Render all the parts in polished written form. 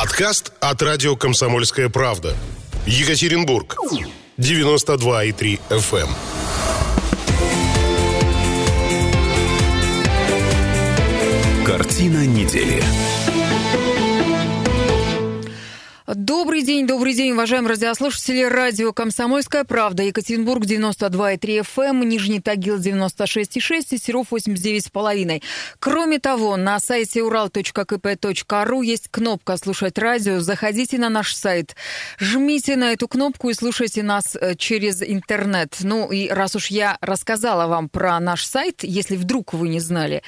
Подкаст от радио «Комсомольская правда». Екатеринбург. 92,3 FM. Картина недели. Добрый день, уважаемые радиослушатели. Радио «Комсомольская правда», Екатеринбург, 92,3 FM, Нижний Тагил, 96,6 и Серов, 89,5. Кроме того, на сайте ural.kp.ru есть кнопка «Слушать радио». Заходите на наш сайт, жмите на эту кнопку и слушайте нас через интернет. Ну и раз уж я рассказала вам про наш сайт, если вдруг вы не знали,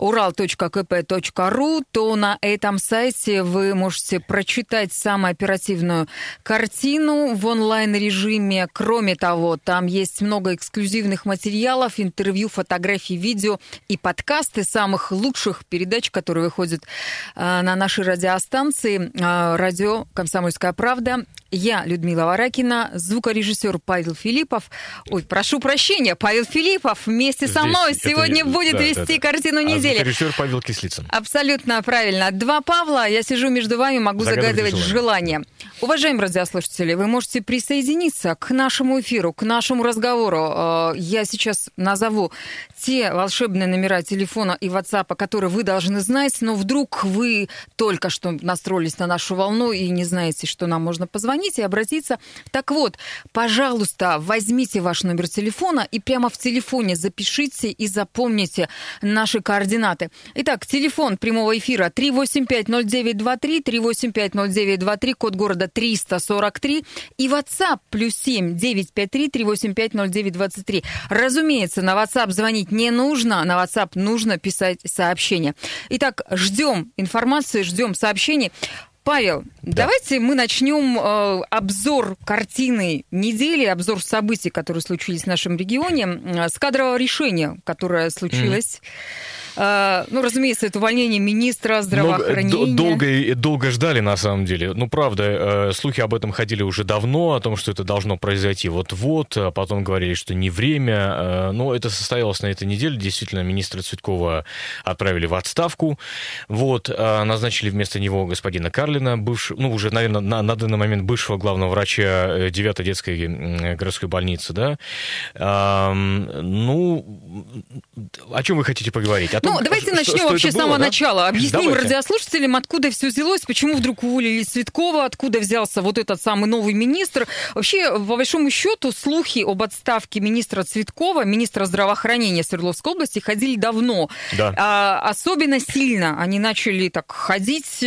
ural.kp.ru, то на этом сайте вы можете прочитать самое оперативную картину в онлайн-режиме. Кроме того, там есть много эксклюзивных материалов, интервью, фотографий, видео и подкасты самых лучших передач, которые выходят на нашей радиостанции. Радио «Комсомольская правда». Я, Людмила Варакина, звукорежиссер Павел Филиппов. Ой, прошу прощения, Павел Филиппов вместе со мной сегодня будет вести картину недели. Звукорежиссер Павел Кислицын. Абсолютно правильно. Два Павла, я сижу между вами, могу загадывать желание. Уважаемые радиослушатели, вы можете присоединиться к нашему эфиру, к нашему разговору. Я сейчас назову те волшебные номера телефона и WhatsApp, которые вы должны знать, но вдруг вы только что настроились на нашу волну и не знаете, что нам можно позвонить и обратиться. Так вот, пожалуйста, возьмите ваш номер телефона и прямо в телефоне запишите и запомните наши координаты. Итак, телефон прямого эфира 3850923, 3850923, код города 343 и WhatsApp +7 953 385 0923. Разумеется, на WhatsApp звонить не нужно, на WhatsApp нужно писать сообщения. Итак, ждем информации, ждем сообщений. Павел, давайте мы начнем обзор картины недели, обзор событий, которые случились в нашем регионе, с кадрового решения, которое случилось. Ну, разумеется, это увольнение министра здравоохранения. Долго ждали, на самом деле. Ну, правда, слухи об этом ходили уже давно, о том, что это должно произойти вот-вот, а потом говорили, что не время. Но это состоялось на этой неделе. Действительно, министра Цветкова отправили в отставку. Вот, назначили вместо него господина Карлина, уже, наверное, на данный момент бывшего главного врача 9-й детской городской больницы, да. Ну, о чем вы хотите поговорить? Ну, давайте начнем вообще с самого начала. Объясним радиослушателям, откуда все взялось, почему вдруг уволили Цветкова, откуда взялся вот этот самый новый министр. Вообще, по большому счету, слухи об отставке министра Цветкова, министра здравоохранения Свердловской области, ходили давно. Да. Особенно сильно они начали так ходить,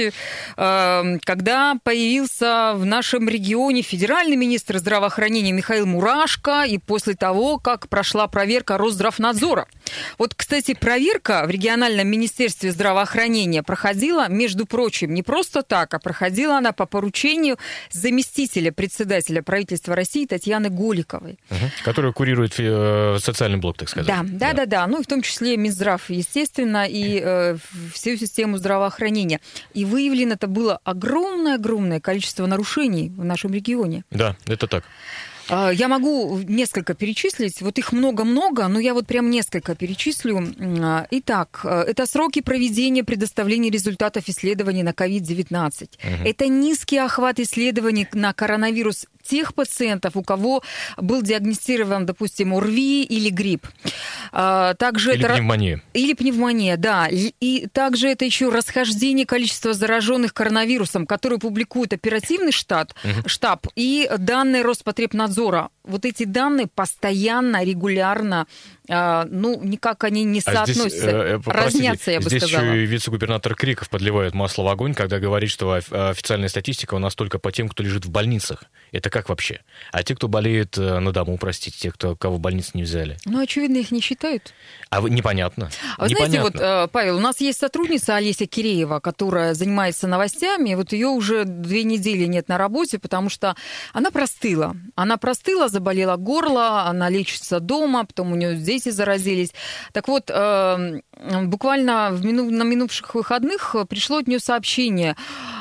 когда появился в нашем регионе федеральный министр здравоохранения Михаил Мурашко, и после того, как прошла проверка Росздравнадзора. Вот, кстати, проверка в региональном министерстве здравоохранения проходила, между прочим, не просто так, а проходила она по поручению заместителя председателя правительства России Татьяны Голиковой. Которая курирует социальный блок, так сказать. Да. Ну, и в том числе Минздрав, естественно, и всю систему здравоохранения. И выявлено это было огромное количество нарушений в нашем регионе. Да, это так. Я могу несколько перечислить, вот их много-много, но я вот прям несколько перечислю. Итак, это сроки проведения предоставления результатов исследований на COVID-19. Это низкий охват исследований на коронавирус тех пациентов, у кого был диагностирован, допустим, ОРВИ или грипп. Также пневмония. Или пневмония, да. И также это еще расхождение количества зараженных коронавирусом, которые публикует оперативный штаб и данные Роспотребнадзора. Вот эти данные постоянно, регулярно, никак они не соотносятся, разнятся, я бы сказала. Здесь еще и вице-губернатор Криков подливает масло в огонь, когда говорит, что официальная статистика у нас только по тем, кто лежит в больницах. Это как вообще? А те, кто болеет на дому, простите, те, кого в больнице не взяли? Ну, очевидно, их не считают. Непонятно. Вы знаете, вот, Павел, у нас есть сотрудница Олеся Киреева, которая занимается новостями, вот ее уже 2 недели нет на работе, потому что она простыла. Заболела горло, она лечится дома, потом у нее дети заразились. Так вот, буквально на минувших выходных пришло от нее сообщение.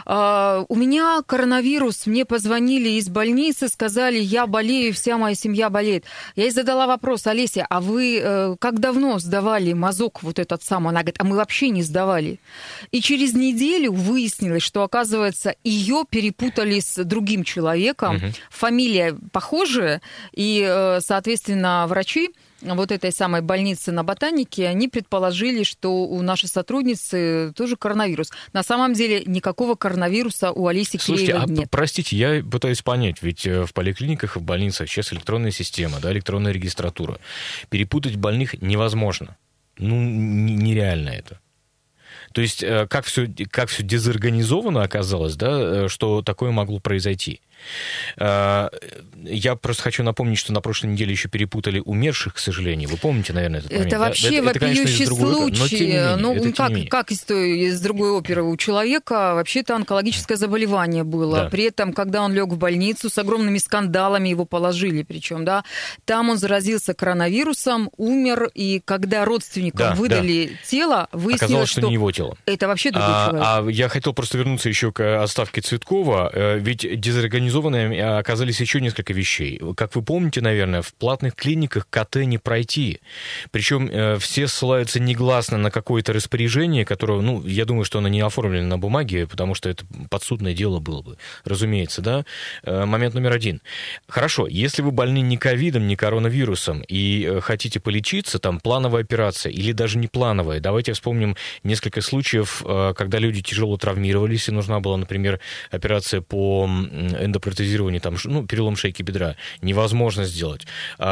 У меня коронавирус, мне позвонили из больницы, сказали, я болею, вся моя семья болеет. Я ей задала вопрос: Олеся, а вы как давно сдавали мазок вот этот самый? Она говорит, а мы вообще не сдавали. И через неделю выяснилось, что, оказывается, ее перепутали с другим человеком, фамилия похожая, и, соответственно, врачи вот этой самой больницы на Ботанике, они предположили, что у нашей сотрудницы тоже коронавирус. На самом деле никакого коронавируса у Олеси Киреевой нет. Простите, я пытаюсь понять, ведь в поликлиниках и в больницах сейчас электронная система, да, электронная регистратура. Перепутать больных невозможно. Ну, нереально это. То есть как все дезорганизовано оказалось, да, что такое могло произойти. Я просто хочу напомнить, что на прошлой неделе еще перепутали умерших, к сожалению. Вы помните, наверное, этот момент? Это вообще вопиющий случай. Ну, как из другой оперы у человека вообще-то онкологическое заболевание было. Да. При этом, когда он лег в больницу, с огромными скандалами его положили, причем, да, там он заразился коронавирусом, умер, и когда родственникам выдали тело, выяснилось, что не его тело. Это вообще другой человек. А я хотел просто вернуться еще к отставке Цветкова, ведь дезорганизованными оказались еще несколько вещей. Как вы помните, наверное, в платных клиниках КТ не пройти. Причем все ссылаются негласно на какое-то распоряжение, которое, ну, я думаю, что оно не оформлено на бумаге, потому что это подсудное дело было бы, разумеется, да. Момент номер один. Хорошо, если вы больны не ковидом, не коронавирусом и хотите полечиться, там, плановая операция или даже не плановая. Давайте вспомним несколько случаев, когда люди тяжело травмировались, и нужна была, например, операция по эндопротезирование, там, ну, перелом шейки бедра, невозможно сделать.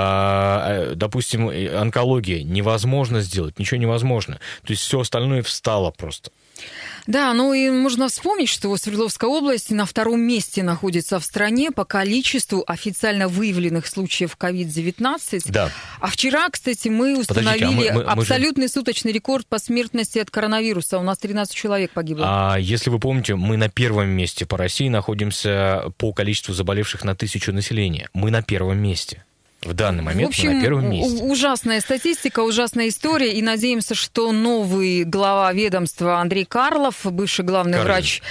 Допустим, онкология, невозможно сделать, ничего невозможно. То есть все остальное встало просто. Да, ну и можно вспомнить, что Свердловская область на втором месте находится в стране по количеству официально выявленных случаев COVID-19. Да. А вчера, кстати, мы установили абсолютный суточный рекорд по смертности от коронавируса. У нас 13 человек погибло. А если вы помните, мы на первом месте по России находимся по количеству заболевших на 1000 населения. Мы на первом месте. В данный момент, в общем, мы на первом месте. Ужасная статистика, ужасная история, и надеемся, что новый глава ведомства Андрей Карлов, бывший главный врач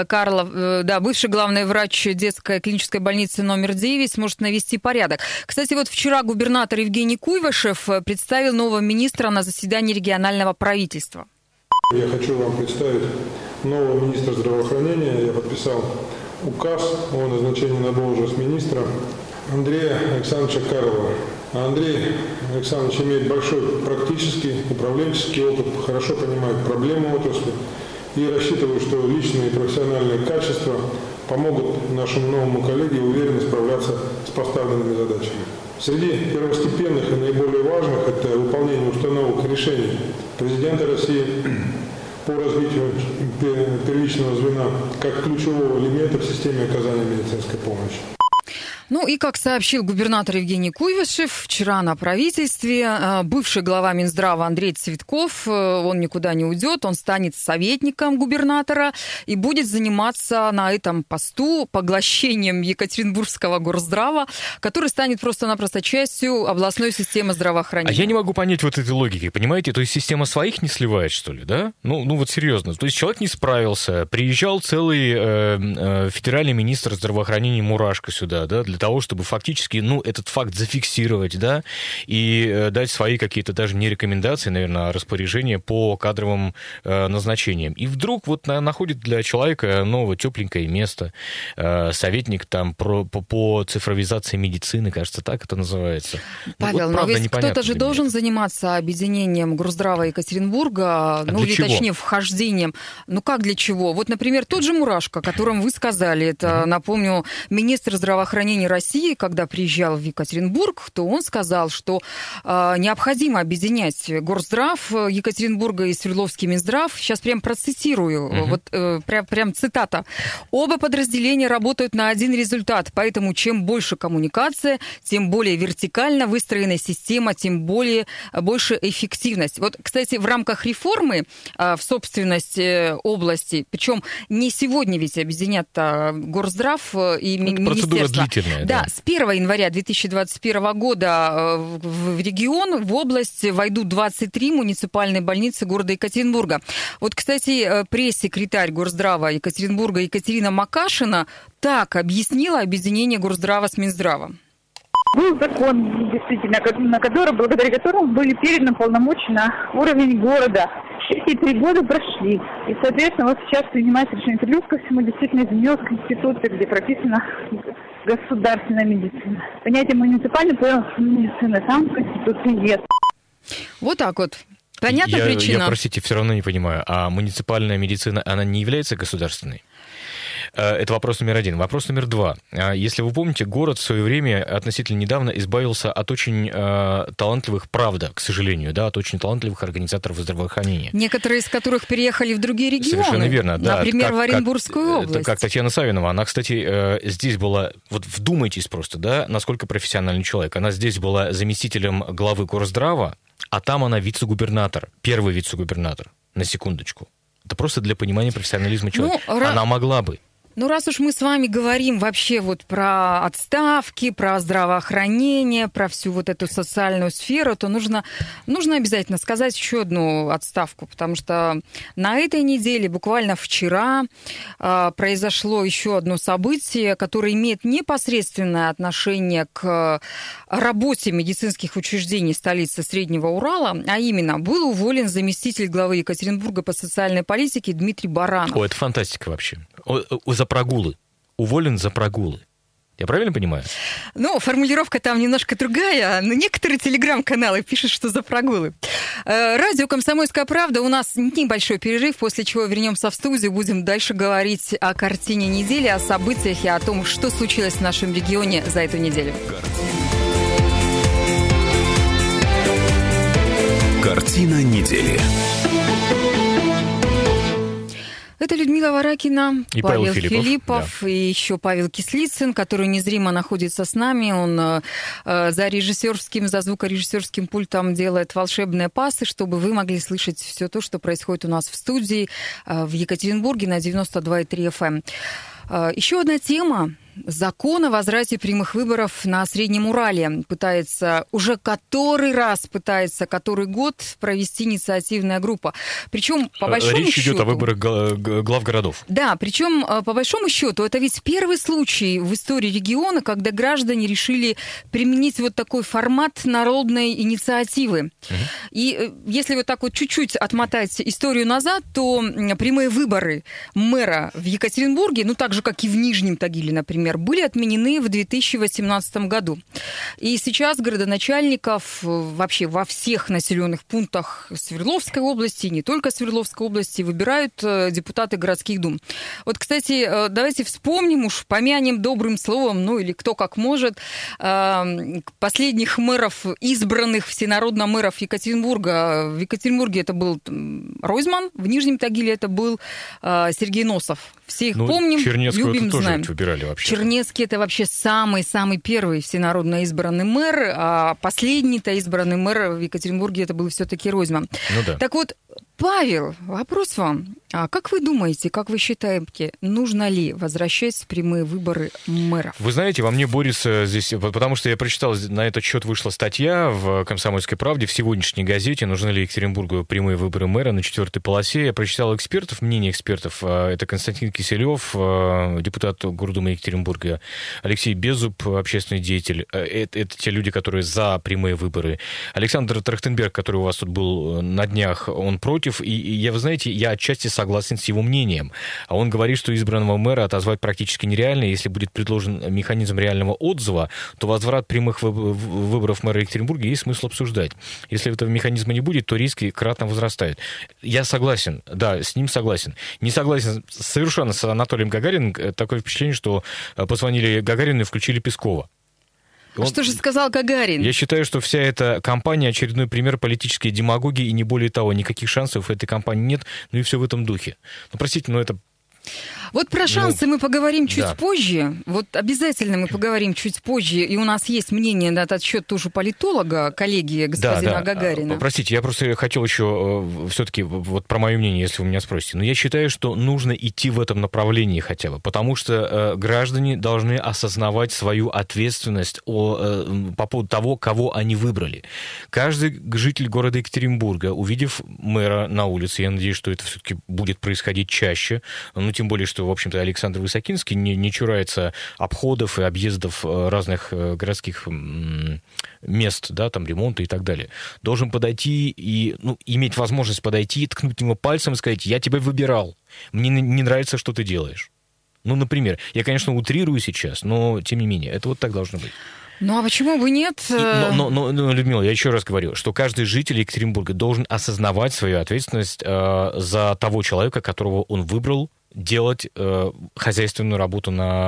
бывший главный врач детской клинической больницы номер 9, сможет навести порядок. Кстати, вот вчера губернатор Евгений Куйвашев представил нового министра на заседании регионального правительства. Я хочу вам представить нового министра здравоохранения. Я подписал указ о назначении на должность министра Андрея Александровича Карлова. Андрей Александрович имеет большой практический, управленческий опыт, хорошо понимает проблемы отрасли, и рассчитываю, что личные и профессиональные качества помогут нашему новому коллеге уверенно справляться с поставленными задачами. Среди первостепенных и наиболее важных это выполнение установок и решений президента России по развитию первичного звена как ключевого элемента в системе оказания медицинской помощи. Ну и, как сообщил губернатор Евгений Куйвашев, вчера на правительстве бывший глава Минздрава Андрей Цветков, он никуда не уйдет, он станет советником губернатора и будет заниматься на этом посту поглощением Екатеринбургского горздрава, который станет просто-напросто частью областной системы здравоохранения. А я не могу понять вот этой логики, понимаете? То есть система своих не сливает, что ли, да? Ну вот серьезно. То есть человек не справился, приезжал целый федеральный министр здравоохранения Мурашко сюда, да, для того, чтобы фактически, этот факт зафиксировать, да, и дать свои какие-то даже не рекомендации, наверное, а распоряжения по кадровым назначениям. И вдруг вот находит для человека новое тепленькое место, советник там по цифровизации медицины, кажется, так это называется. Павел, но ведь кто-то же должен заниматься объединением Горздрава Екатеринбурга, точнее, вхождением. Ну как для чего? Вот, например, тот же Мурашко, о котором вы сказали, это, напомню, министр здравоохранения России, когда приезжал в Екатеринбург, то он сказал, что необходимо объединять Горздрав Екатеринбурга и Свердловский Минздрав. Сейчас прям процитирую, прям цитата. «Оба подразделения работают на один результат, поэтому чем больше коммуникация, тем более вертикально выстроенная система, тем больше эффективность». Вот, кстати, в рамках реформы в собственность области, причем не сегодня ведь объединят Горздрав и министерство. муниципальная. Да, с 1 января 2021 года в регион, в область войдут 23 муниципальные больницы города Екатеринбурга. Вот, кстати, пресс-секретарь Горздрава Екатеринбурга Екатерина Макашина так объяснила объединение Горздрава с Минздравом. Был закон, действительно, благодаря которому были переданы полномочия на уровень города. Эти 3 года прошли. И, соответственно, вот сейчас принимается решение. Плюс ко всему действительно изменилась Конституция, где прописана государственная медицина. Понятие муниципальной медицины там в Конституции нет. Вот так вот. Понятна причина? Я, простите, все равно не понимаю. А муниципальная медицина, она не является государственной? Это вопрос номер 1. Вопрос номер 2. Если вы помните, город в свое время относительно недавно избавился от очень талантливых, правда, к сожалению, да, от очень талантливых организаторов здравоохранения. Некоторые из которых переехали в другие регионы. Совершенно верно, да. Например, в Оренбургскую область. Как Татьяна Савинова. Она, кстати, здесь была, вот вдумайтесь просто, да, насколько профессиональный человек. Она здесь была заместителем главы Горздрава, а там она вице-губернатор, первый вице-губернатор, на секундочку. Это просто для понимания профессионализма человека. Она могла бы. Ну, раз уж мы с вами говорим вообще вот про отставки, про здравоохранение, про всю вот эту социальную сферу, то нужно обязательно сказать еще одну отставку, потому что на этой неделе, буквально вчера, произошло еще одно событие, которое имеет непосредственное отношение к работе медицинских учреждений столицы Среднего Урала, а именно был уволен заместитель главы Екатеринбурга по социальной политике Дмитрий Баранов. О, это фантастика вообще. За прогулы. Уволен за прогулы. Я правильно понимаю? Ну, формулировка там немножко другая, но некоторые телеграм-каналы пишут, что за прогулы. Радио «Комсомольская правда». У нас небольшой перерыв, после чего вернемся в студию. Будем дальше говорить о картине недели, о событиях и о том, что случилось в нашем регионе за эту неделю. Картина недели. Это Людмила Варакина, и Павел Филиппов, да. И еще Павел Кислицын, который незримо находится с нами. Он за звукорежиссерским пультом делает волшебные пасы, чтобы вы могли слышать все то, что происходит у нас в студии в Екатеринбурге на 92,3 FM. Еще одна тема. Закон о возврате прямых выборов на Среднем Урале уже который год провести инициативная группа. Причем, по большому счету... Речь идет о выборах глав городов. Да, причем, по большому счету, это ведь первый случай в истории региона, когда граждане решили применить вот такой формат народной инициативы. И если вот так вот чуть-чуть отмотать историю назад, то прямые выборы мэра в Екатеринбурге, ну так же, как и в Нижнем Тагиле, например, были отменены в 2018 году. И сейчас городоначальников вообще во всех населенных пунктах Свердловской области, не только Свердловской области, выбирают депутаты городских дум. Вот, кстати, давайте вспомним, уж помянем добрым словом, ну или кто как может, последних мэров, избранных всенародно мэров Екатеринбурга. В Екатеринбурге это был Ройзман, в Нижнем Тагиле это был Сергей Носов. Все их помним, любим, знаем. Выбирали вообще. Чернецкий — это вообще самый-самый первый всенародно избранный мэр, а последний-то избранный мэр в Екатеринбурге это был все-таки Ройзман. Ну да. Так вот, Павел, вопрос вам. А как вы думаете, как вы считаете, нужно ли возвращать прямые выборы мэров? Вы знаете, во мне борется здесь, потому что я прочитал, на этот счет вышла статья в «Комсомольской правде», в сегодняшней газете «Нужны ли Екатеринбургу прямые выборы мэра» на 4-й полосе. Я прочитал экспертов, мнение экспертов. Это Константин Киселев, депутат Гордумы Екатеринбурга, Алексей Безуб, общественный деятель. Это те люди, которые за прямые выборы. Александр Трахтенберг, который у вас тут был на днях, он против. И вы знаете, я отчасти согласен с его мнением. А он говорит, что избранного мэра отозвать практически нереально. Если будет предложен механизм реального отзыва, то возврат прямых выборов мэра Екатеринбурга есть смысл обсуждать. Если этого механизма не будет, то риски кратно возрастают. Я согласен, да, с ним согласен. Не согласен совершенно с Анатолием Гагариным. Такое впечатление, что позвонили Гагарину и включили Пескова. Что же сказал Гагарин? Я считаю, что вся эта кампания — очередной пример политической демагогии, и не более того, никаких шансов у этой кампании нет, ну и все в этом духе. Ну, простите, но это... Вот про шансы мы поговорим чуть позже. Вот обязательно мы поговорим чуть позже. И у нас есть мнение на этот счет тоже политолога, коллеги господина Гагарина. Простите, я просто хотел еще все-таки вот про мое мнение, если вы меня спросите. Но я считаю, что нужно идти в этом направлении хотя бы, потому что граждане должны осознавать свою ответственность по поводу того, кого они выбрали. Каждый житель города Екатеринбурга, увидев мэра на улице, я надеюсь, что это все-таки будет происходить чаще, ну, тем более, что, в общем-то, Александр Высокинский не чурается обходов и объездов разных городских мест, да, там, ремонта и так далее. Должен подойти и, иметь возможность подойти, ткнуть ему пальцем и сказать: я тебя выбирал, мне не нравится, что ты делаешь. Ну, например, я, конечно, утрирую сейчас, но, тем не менее, это вот так должно быть. Ну, а почему бы нет? Но, Людмила, я еще раз говорю, что каждый житель Екатеринбурга должен осознавать свою ответственность за того человека, которого он выбрал, делать хозяйственную работу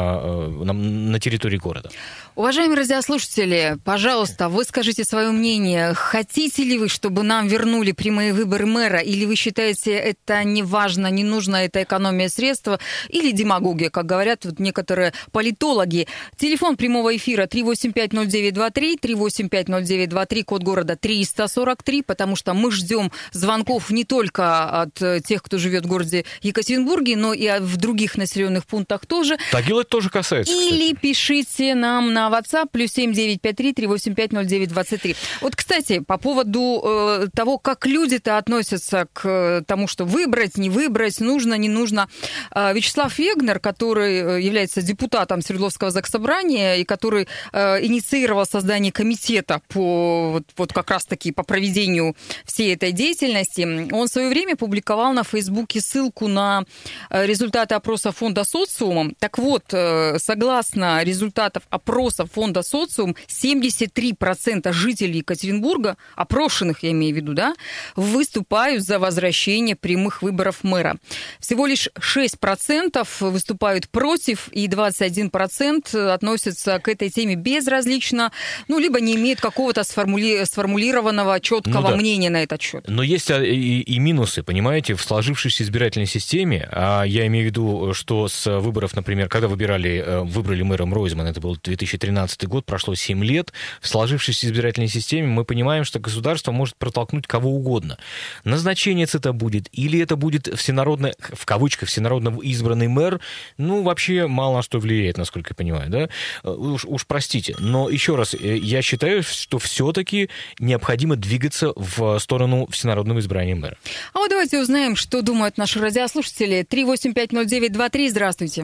на территории города. Уважаемые радиослушатели, пожалуйста, вы скажите свое мнение. Хотите ли вы, чтобы нам вернули прямые выборы мэра, или вы считаете, это не важно, не нужно, это экономия средств, или демагогия, как говорят вот некоторые политологи. Телефон прямого эфира 3850923, 3850923, код города 343, потому что мы ждем звонков не только от тех, кто живет в городе Екатеринбурге, но и в других населенных пунктах тоже. Тагил это тоже касается, Или кстати. Пишите нам на WhatsApp +7 953 385 0923. Вот, кстати, по поводу того, как люди-то относятся к тому, что выбрать, не выбрать, нужно, не нужно. Вячеслав Вегнер, который является депутатом Свердловского заксобрания и который инициировал создание комитета по вот как раз-таки по проведению всей этой деятельности, он в свое время публиковал на Фейсбуке ссылку на результаты опроса фонда «Социум». Так вот, согласно результатам опроса фонда «Социум», 73% жителей Екатеринбурга, опрошенных, я имею в виду, да, выступают за возвращение прямых выборов мэра. Всего лишь 6% выступают против, и 21% относятся к этой теме безразлично, либо не имеют какого-то сформулированного, четкого мнения на этот счет. Но есть и минусы, понимаете, в сложившейся избирательной системе. Я имею в виду, что с выборов, например, когда выбрали мэром Ройзмана, это был 2013 год, прошло 7 лет, в сложившейся избирательной системе мы понимаем, что государство может протолкнуть кого угодно. Назначение это будет, или это будет всенародно, в кавычках, всенародно избранный мэр, вообще мало на что влияет, насколько я понимаю, да? Уж простите, но еще раз, я считаю, что все-таки необходимо двигаться в сторону всенародного избрания мэра. А вот давайте узнаем, что думают наши радиослушатели. 3850923, здравствуйте.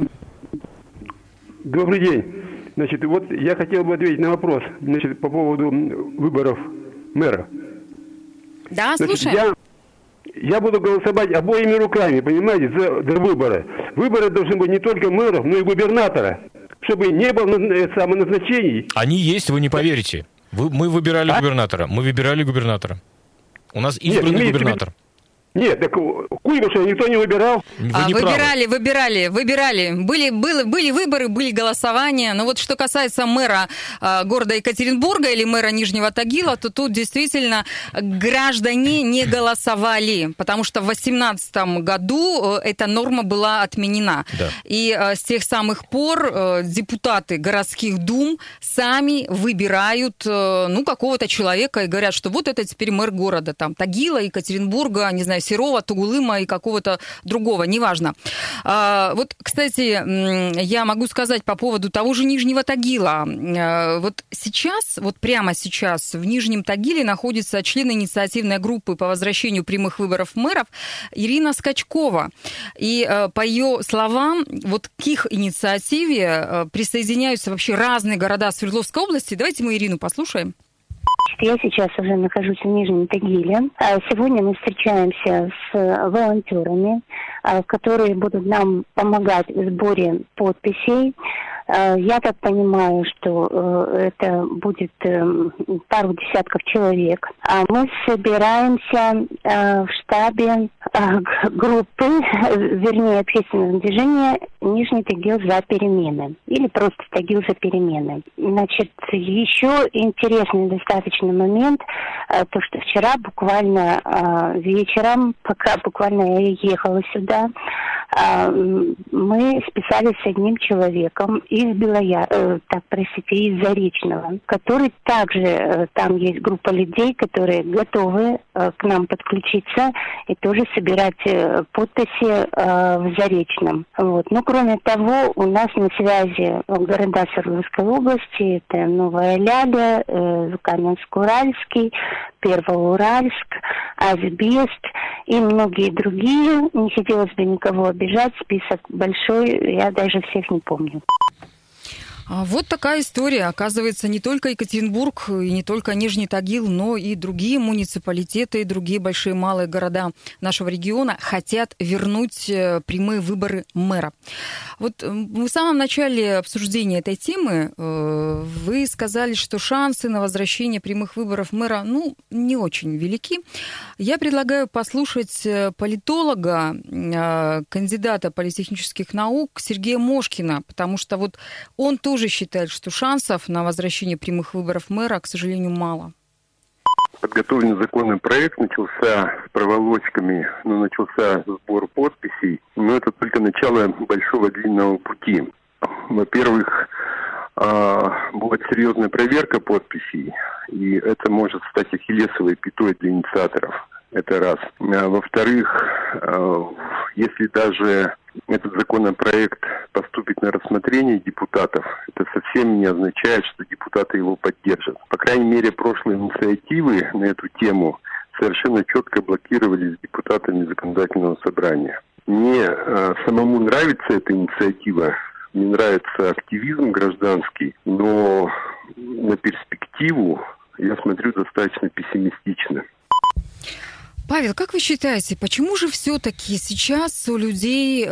Добрый день. Значит, вот я хотел бы ответить на вопрос, по поводу выборов мэра. Да, слушаем. Я буду голосовать обоими руками, понимаете, за выборы. Выборы должны быть не только мэров, но и губернатора, чтобы не было самоназначений. Они есть, вы не поверите. Мы выбирали губернатора. Мы выбирали губернатора. У нас избранный губернатор. Нет, так Куйбышева никто не выбирал. Выбирали. Были выборы, были голосования. Но вот что касается мэра города Екатеринбурга или мэра Нижнего Тагила, то тут действительно граждане не голосовали, потому что в 2018 году эта норма была отменена. Да. И с тех самых пор депутаты городских дум сами выбирают какого-то человека и говорят, что вот это теперь мэр города, там, Тагила, Екатеринбурга, не знаю, Серова, Тугулыма и какого-то другого, неважно. Вот, кстати, я могу сказать по поводу того же Нижнего Тагила. Вот сейчас, вот прямо сейчас в Нижнем Тагиле находится член инициативной группы по возвращению прямых выборов мэров Ирина Скачкова. И по ее словам, вот к их инициативе присоединяются вообще разные города Свердловской области. Давайте мы Ирину послушаем. Я сейчас уже нахожусь в Нижнем Тагиле. Сегодня мы встречаемся с волонтерами, которые будут нам помогать в сборе подписей Я так понимаю, что это будет пару десятков человек. Мы собираемся в штабе группы, вернее, общественного движения «Нижний Тагил за перемены» или просто «Тагил за перемены». Значит, еще интересный достаточно момент, то, что вчера буквально вечером, пока буквально я ехала сюда, мы списались с одним человеком из из Заречного, который также, там есть группа людей, которые готовы к нам подключиться и тоже собирать подписи в Заречном. Вот. Но кроме того, у нас на связи города Свердловской области, это Новая Ляля, Каменск-Уральский, Первоуральск, Азбест и многие другие. Не хотелось бы никого обижать, список большой, я даже всех не помню. Вот такая история. Оказывается, не только Екатеринбург и не только Нижний Тагил, но и другие муниципалитеты, и другие большие малые города нашего региона хотят вернуть прямые выборы мэра. Вот в самом начале обсуждения этой темы вы сказали, что шансы на возвращение прямых выборов мэра, не очень велики. Я предлагаю послушать политолога, кандидата политехнических наук Сергея Мошкина, потому что вот он тоже считает, что шансов на возвращение прямых выборов мэра, к сожалению, мало. Подготовленный законный проект начался с проволочками, начался сбор подписей, но это только начало большого длинного пути. Во-первых, будет серьезная проверка подписей, и это может стать ахиллесовой пятой для инициаторов. Это раз. Во-вторых, если даже этот законопроект поступит на рассмотрение депутатов, это совсем не означает, что депутаты его поддержат. По крайней мере, прошлые инициативы на эту тему совершенно четко блокировались депутатами законодательного собрания. Мне самому нравится эта инициатива, мне нравится активизм гражданский, но на перспективу я смотрю достаточно пессимистично. Павел, как вы считаете, почему же все-таки сейчас у людей,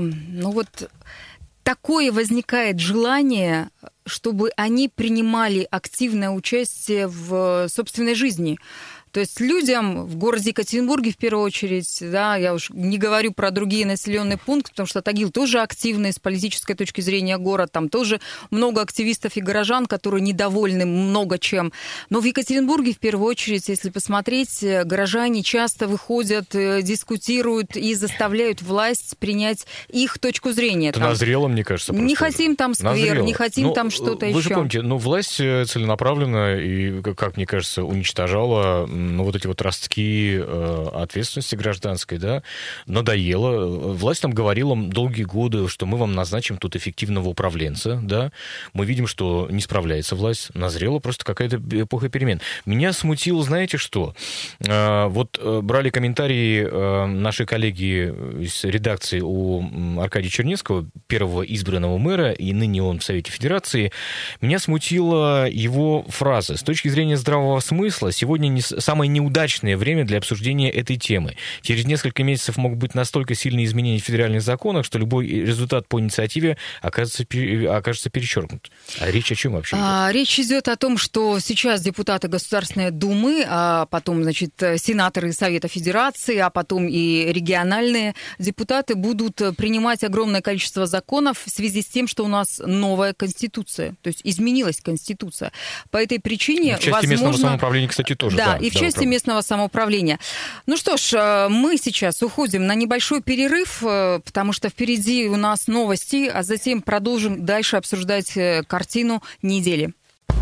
такое возникает желание, чтобы они принимали активное участие в собственной жизни? То есть людям в городе Екатеринбурге в первую очередь, да, я уж не говорю про другие населенные пункты, потому что Тагил тоже активный с политической точки зрения город, там тоже много активистов и горожан, которые недовольны много чем. Но в Екатеринбурге в первую очередь, если посмотреть, горожане часто выходят, дискутируют и заставляют власть принять их точку зрения. Это назрело, мне кажется. Не хотим там сквер, назрело. Не хотим там что-то еще. Вы же помните, власть целенаправленно и, как мне кажется, уничтожала вот эти вот ростки ответственности гражданской, да, надоело. Власть нам говорила долгие годы, что мы вам назначим тут эффективного управленца, да. Мы видим, что не справляется власть. Назрела просто какая-то эпоха перемен. Меня смутило, знаете что? Вот брали комментарии наши коллеги из редакции у Аркадия Чернецкого, первого избранного мэра, и ныне он в Совете Федерации. Меня смутила его фраза. С точки зрения здравого смысла, сегодня самое неудачное время для обсуждения этой темы. Через несколько месяцев могут быть настолько сильные изменения в федеральных законах, что любой результат по инициативе окажется перечеркнут. А речь о чем вообще идет? Речь идет о том, что сейчас депутаты Государственной Думы, а потом, сенаторы Совета Федерации, а потом и региональные депутаты будут принимать огромное количество законов в связи с тем, что у нас новая Конституция. То есть изменилась Конституция. По этой причине, в части местного самоуправления, кстати, тоже. Да, и в части местного самоуправления. Ну что ж, мы сейчас уходим на небольшой перерыв, потому что впереди у нас новости, а затем продолжим дальше обсуждать картину недели.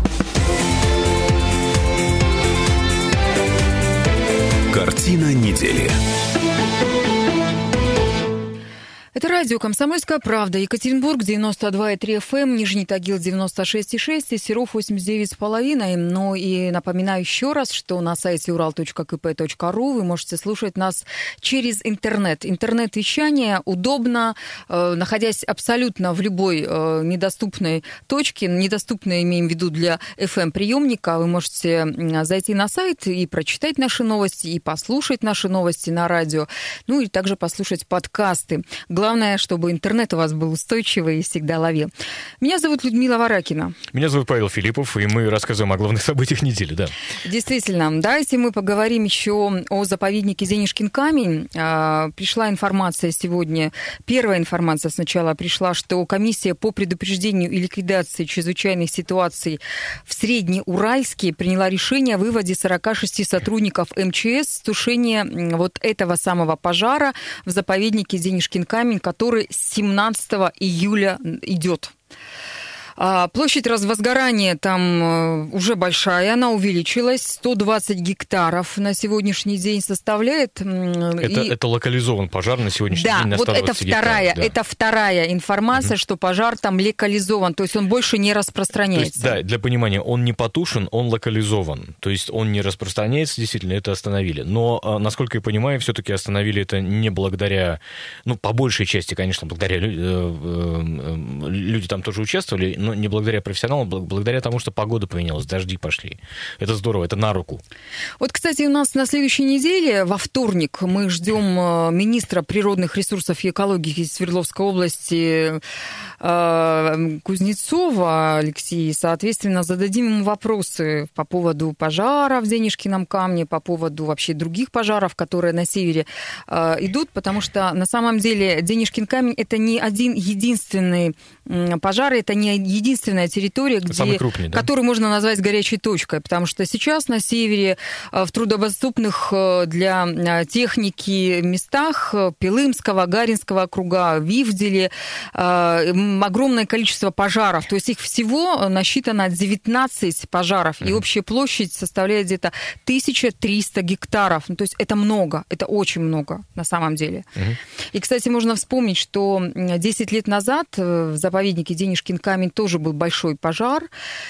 Картина недели. Это радио «Комсомольская правда». Екатеринбург 92,3 FM, Нижний Тагил 96,6 и Серов 89,5. Ну и напоминаю еще раз, что на сайте ural.kp.ru вы можете слушать нас через интернет. Интернет-вещание удобно, находясь абсолютно в любой недоступной точке. Недоступной имеем в виду для FM-приемника. Вы можете зайти на сайт и прочитать наши новости, и послушать наши новости на радио. Ну и также послушать подкасты. главное, чтобы интернет у вас был устойчивый и всегда ловил. Меня зовут Людмила Варакина. Меня зовут Павел Филиппов, и мы рассказываем о главных событиях недели, да. Действительно. Давайте мы поговорим еще о заповеднике Денежкин камень. Пришла информация сегодня, первая информация сначала пришла, что комиссия по предупреждению и ликвидации чрезвычайных ситуаций в Среднеуральске приняла решение о выводе 46 сотрудников МЧС с тушения вот этого самого пожара в заповеднике Денежкин камень, который с 17 июля идет. Площадь возгорания там уже большая, она увеличилась, 120 гектаров на сегодняшний день составляет. Это локализован пожар на сегодняшний день на 120 гектаров. Да, это вторая информация, что пожар там локализован, то есть он больше не распространяется. То есть, да, для понимания, он не потушен, он локализован, то есть он не распространяется, действительно, это остановили. Но, насколько я понимаю, все-таки остановили это не благодаря, по большей части, конечно, благодаря люди там тоже участвовали, но не благодаря профессионалам, благодаря тому, что погода поменялась, дожди пошли. Это здорово, это на руку. Вот, кстати, у нас на следующей неделе, во вторник, мы ждем министра природных ресурсов и экологии Свердловской области Кузнецова Алексея. Соответственно, зададим ему вопросы по поводу пожара в Денежкином камне, по поводу вообще других пожаров, которые на севере идут, потому что на самом деле Денежкин камень – это не один единственный пожар, это не единственная территория, крупный, да? которую можно назвать горячей точкой, потому что сейчас на севере в труднодоступных для техники местах Пилымского, Гаринского округа, Вивделе огромное количество пожаров, то есть их всего насчитано 19 пожаров, и общая площадь составляет где-то 1300 гектаров, то есть это много, это очень много на самом деле. И, кстати, можно вспомнить, что 10 лет назад в заповеднике Денежкин камень тоже был большой пожар.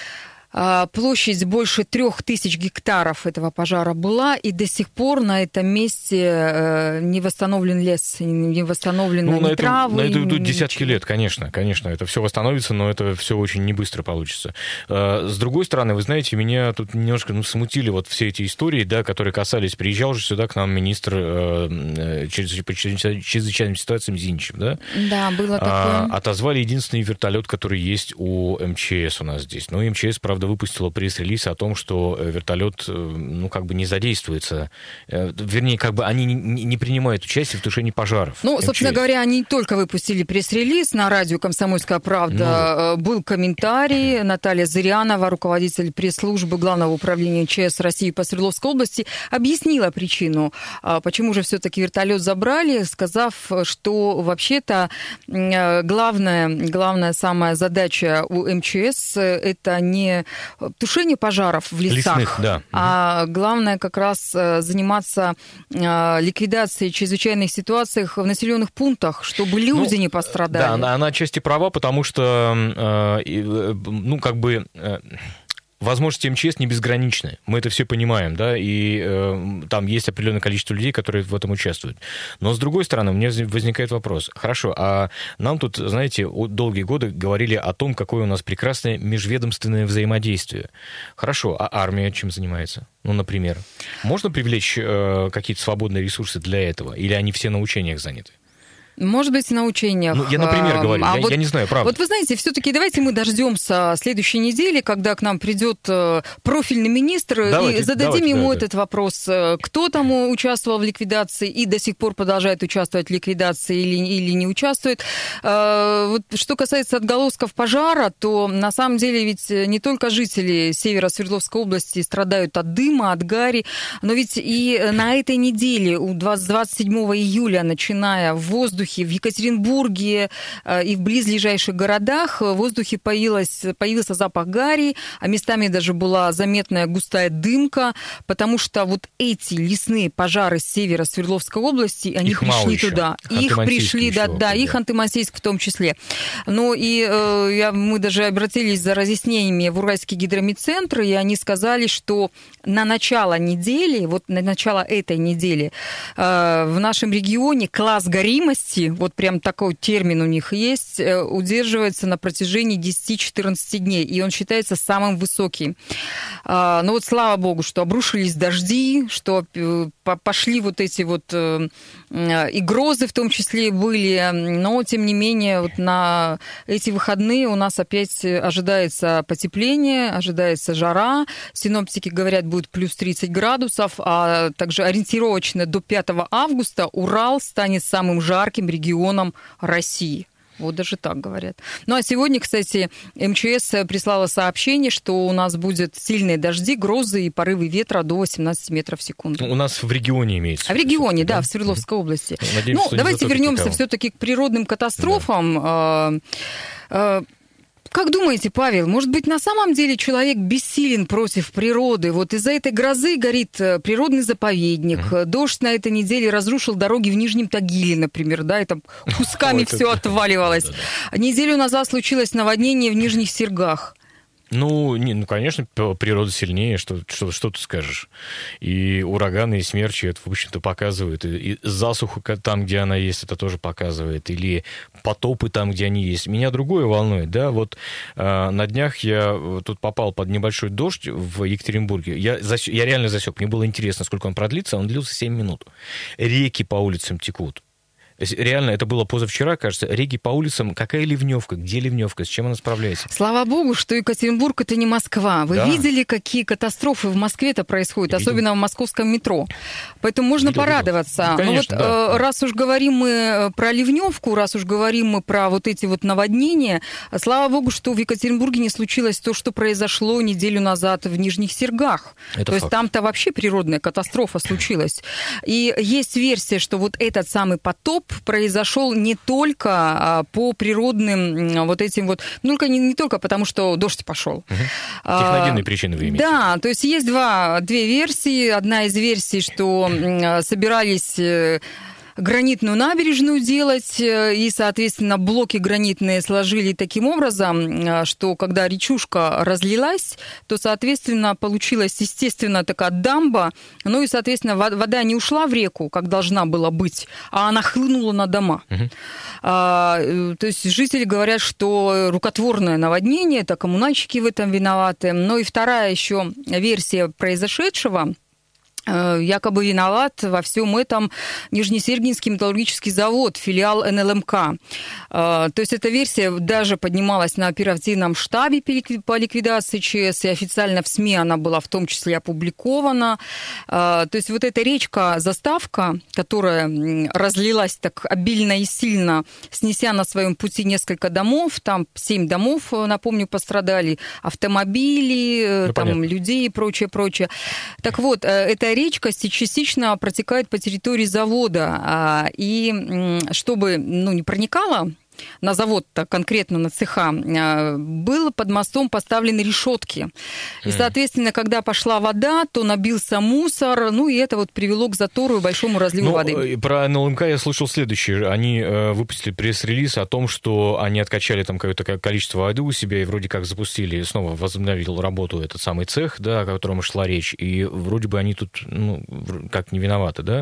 Площадь больше 3000 гектаров этого пожара была, и до сих пор на этом месте не восстановлен лес, не восстановлены ни травы. На это идут десятки лет, конечно, это все восстановится, но это все очень не быстро получится. С другой стороны, вы знаете, меня тут немножко смутили вот все эти истории, да, которые касались, приезжал же сюда к нам министр по чрезвычайным ситуациям Зиничев, да? Да, было такое. Отозвали единственный вертолет, который есть у МЧС у нас здесь. Но МЧС, правда, выпустила пресс-релиз о том, что вертолет, не задействуется. Вернее, они не принимают участие в тушении пожаров. Собственно говоря, они только выпустили пресс-релиз. На радио «Комсомольская правда» был комментарий. Наталья Зырянова, руководитель пресс-службы Главного управления МЧС России по Свердловской области, объяснила причину, почему же все-таки вертолет забрали, сказав, что вообще-то главная самая задача у МЧС – это не тушение пожаров в лесах, да. А главное как раз заниматься ликвидацией чрезвычайных ситуаций в населенных пунктах, чтобы люди не пострадали. Да, она отчасти права, потому что, возможности МЧС не безграничны. Мы это все понимаем, да, и там есть определенное количество людей, которые в этом участвуют. Но, с другой стороны, у меня возникает вопрос. Хорошо, а нам тут, знаете, долгие годы говорили о том, какое у нас прекрасное межведомственное взаимодействие. Хорошо, а армия чем занимается? Например, можно привлечь какие-то свободные ресурсы для этого? Или они все на учениях заняты? Может быть, на учениях. Я, например, говорю, я не знаю, правда. Вот вы знаете, все-таки давайте мы дождемся следующей недели, когда к нам придет профильный министр, и зададим ему этот вопрос, кто там участвовал в ликвидации и до сих пор продолжает участвовать в ликвидации или не участвует. Вот что касается отголосков пожара, то на самом деле ведь не только жители севера Свердловской области страдают от дыма, от гари, но ведь и на этой неделе, с 27 июля, начиная в воздухе, в Екатеринбурге и в близлежащих городах в воздухе появился запах гари, а местами даже была заметная густая дымка, потому что вот эти лесные пожары с севера Свердловской области, они пришли туда. Их пришли, их Ханты-Мансийск в том числе. Мы даже обратились за разъяснениями в Уральский гидромедцентр, и они сказали, что на начало недели, на начало этой недели в нашем регионе класс горимости стойкости, вот прям такой термин у них есть, удерживается на протяжении 10-14 дней, и он считается самым высоким. Но вот слава богу, что обрушились дожди, что пошли вот эти вот и грозы в том числе были, но тем не менее вот на эти выходные у нас опять ожидается потепление, ожидается жара. Синоптики говорят, будет плюс 30 градусов, а также ориентировочно до 5 августа Урал станет самым жарким регионом России. Вот даже так говорят. Ну, а сегодня, кстати, МЧС прислала сообщение, что у нас будут сильные дожди, грозы и порывы ветра до 18 метров в секунду. У нас в регионе имеется. В регионе, да, в Свердловской области. Надеемся, давайте вернемся все-таки к природным катастрофам. Да. Как думаете, Павел, может быть, на самом деле человек бессилен против природы? Вот из-за этой грозы горит природный заповедник. Дождь на этой неделе разрушил дороги в Нижнем Тагиле, например, да, и там кусками все отваливалось. Неделю назад случилось наводнение в Нижних Сергах. Ну, конечно, природа сильнее, что ты скажешь. И ураганы, и смерчи это, в общем-то, показывают. И засуха там, где она есть, это тоже показывает. Или потопы там, где они есть. Меня другое волнует, да, вот на днях я тут попал под небольшой дождь в Екатеринбурге. Я реально засек. Мне было интересно, сколько он продлится. Он длился 7 минут. Реки по улицам текут. Реально, это было позавчера, кажется, реки по улицам. Какая ливневка? Где ливневка? С чем она справляется? Слава богу, что Екатеринбург — это не Москва. Вы видели, какие катастрофы в Москве-то происходят, особенно в московском метро? Поэтому можно порадоваться. Ну, конечно, вот, раз уж говорим мы про ливневку, раз уж говорим мы про вот эти вот наводнения, слава богу, что в Екатеринбурге не случилось то, что произошло неделю назад в Нижних Сергах. То есть там-то вообще природная катастрофа случилась. И есть версия, что вот этот самый потоп произошел не только по природным вот этим вот, не только потому, что дождь пошел. Техногенные причины вы имеете? Да, то есть есть две версии. Одна из версий, что собирались гранитную набережную делать, и, соответственно, блоки гранитные сложили таким образом, что когда речушка разлилась, то, соответственно, получилась, естественно, такая дамба, ну и, соответственно, вода не ушла в реку, как должна была быть, а она хлынула на дома. То есть жители говорят, что рукотворное наводнение, это коммунальщики в этом виноваты. Ну и вторая еще версия произошедшего, якобы виноват во всем этом Нижнесергинский металлургический завод, филиал НЛМК. То есть эта версия даже поднималась на оперативном штабе по ликвидации ЧС, и официально в СМИ она была в том числе опубликована. То есть вот эта речка-заставка, которая разлилась так обильно и сильно, снеся на своем пути несколько домов, там 7 домов, напомню, пострадали, автомобили, там людей и прочее. Так вот, эта речка частично протекает по территории завода, и чтобы не проникала на завод-то, конкретно на цеха, было под мостом поставлены решетки. И, соответственно, когда пошла вода, то набился мусор, и это вот привело к затору и большому разливу воды. Про НЛМК я слышал следующее. Они выпустили пресс-релиз о том, что они откачали там какое-то количество воды у себя и вроде как запустили, снова возобновил работу этот самый цех, да, о котором шла речь, и вроде бы они тут, как не виноваты, да.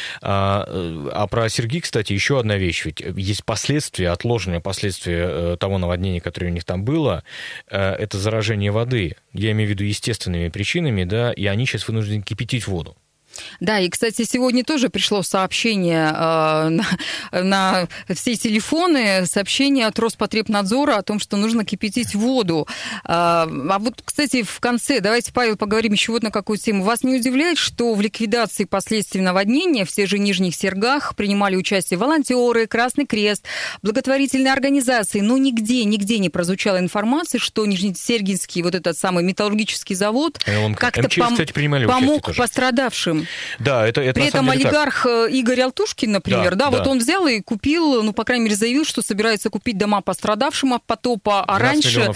А про Серги, кстати, еще одна вещь. Ведь есть последствия, отложенные последствия того наводнения, которое у них там было, это заражение воды. Я имею в виду естественными причинами, да, и они сейчас вынуждены кипятить воду. Да, и, кстати, сегодня тоже пришло сообщение на все телефоны, сообщение от Роспотребнадзора о том, что нужно кипятить воду. А вот, кстати, в конце, давайте, Павел, поговорим еще вот на какую тему. Вас не удивляет, что в ликвидации последствий наводнения в тех же Нижних Сергах принимали участие волонтеры, Красный Крест, благотворительные организации, но нигде не прозвучала информация, что Нижнесергинский вот этот самый металлургический завод как-то помог пострадавшим. Да, это при этом олигарх Игорь Алтушкин, например, да, вот он взял и купил, по крайней мере, заявил, что собирается купить дома пострадавшим от потопа, а раньше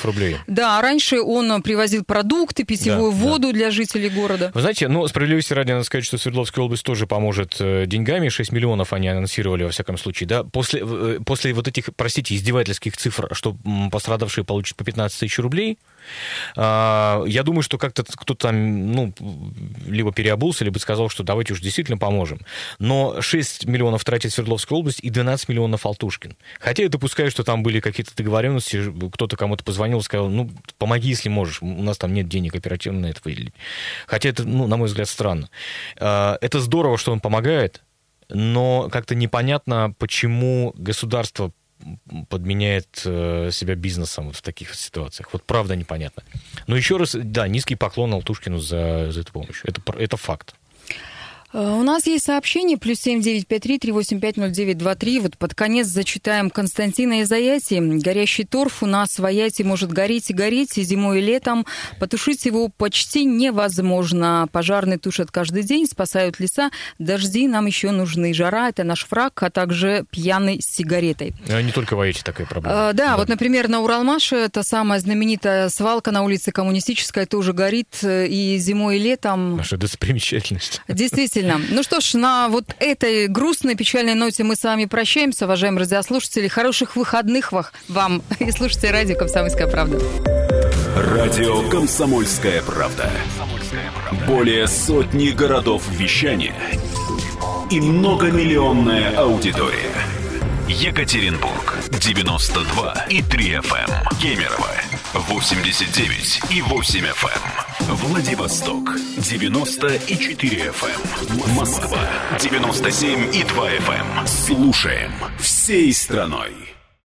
он привозил продукты, питьевую воду для жителей города. Вы знаете, справедливости ради, надо сказать, что Свердловская область тоже поможет деньгами, 6 миллионов они анонсировали, во всяком случае, да, после вот этих, простите, издевательских цифр, что пострадавшие получат по 15 тысяч рублей, Я думаю, что как-то кто-то там, либо переобулся, либо сказал, что давайте уж действительно поможем. Но 6 миллионов тратит Свердловская область и 12 миллионов Алтушкин. Хотя я допускаю, что там были какие-то договоренности, кто-то кому-то позвонил и сказал, помоги, если можешь, у нас там нет денег оперативно на это выделить. Хотя это, на мой взгляд, странно. Это здорово, что он помогает, но как-то непонятно, почему государство подменяет себя бизнесом в таких ситуациях. Вот правда непонятно. Но еще раз, да, низкий поклон Алтушкину за эту помощь. Это факт. У нас есть сообщение, +7 953 385 0923. Вот под конец зачитаем Константина из Аяти. Горящий торф у нас в Аяти может гореть и зимой и летом. Потушить его почти невозможно. Пожарные тушат каждый день, спасают леса. Дожди нам еще нужны. Жара – это наш враг, а также пьяный с сигаретой. Не только в Аяти такая проблема. Да, вот, например, на Уралмаше та самая знаменитая свалка на улице Коммунистической тоже горит и зимой, и летом. Наша достопримечательность. Действительно. Ну что ж, на вот этой грустной, печальной ноте мы с вами прощаемся, уважаемые радиослушатели. Хороших выходных вам и слушайте радио «Комсомольская правда». Радио «Комсомольская правда». Более сотни городов вещания и многомиллионная аудитория. Екатеринбург 92,3 FM. Кемерово 89,8 FM. Владивосток 90,4 FM. Москва 97,2 FM. Слушаем всей страной.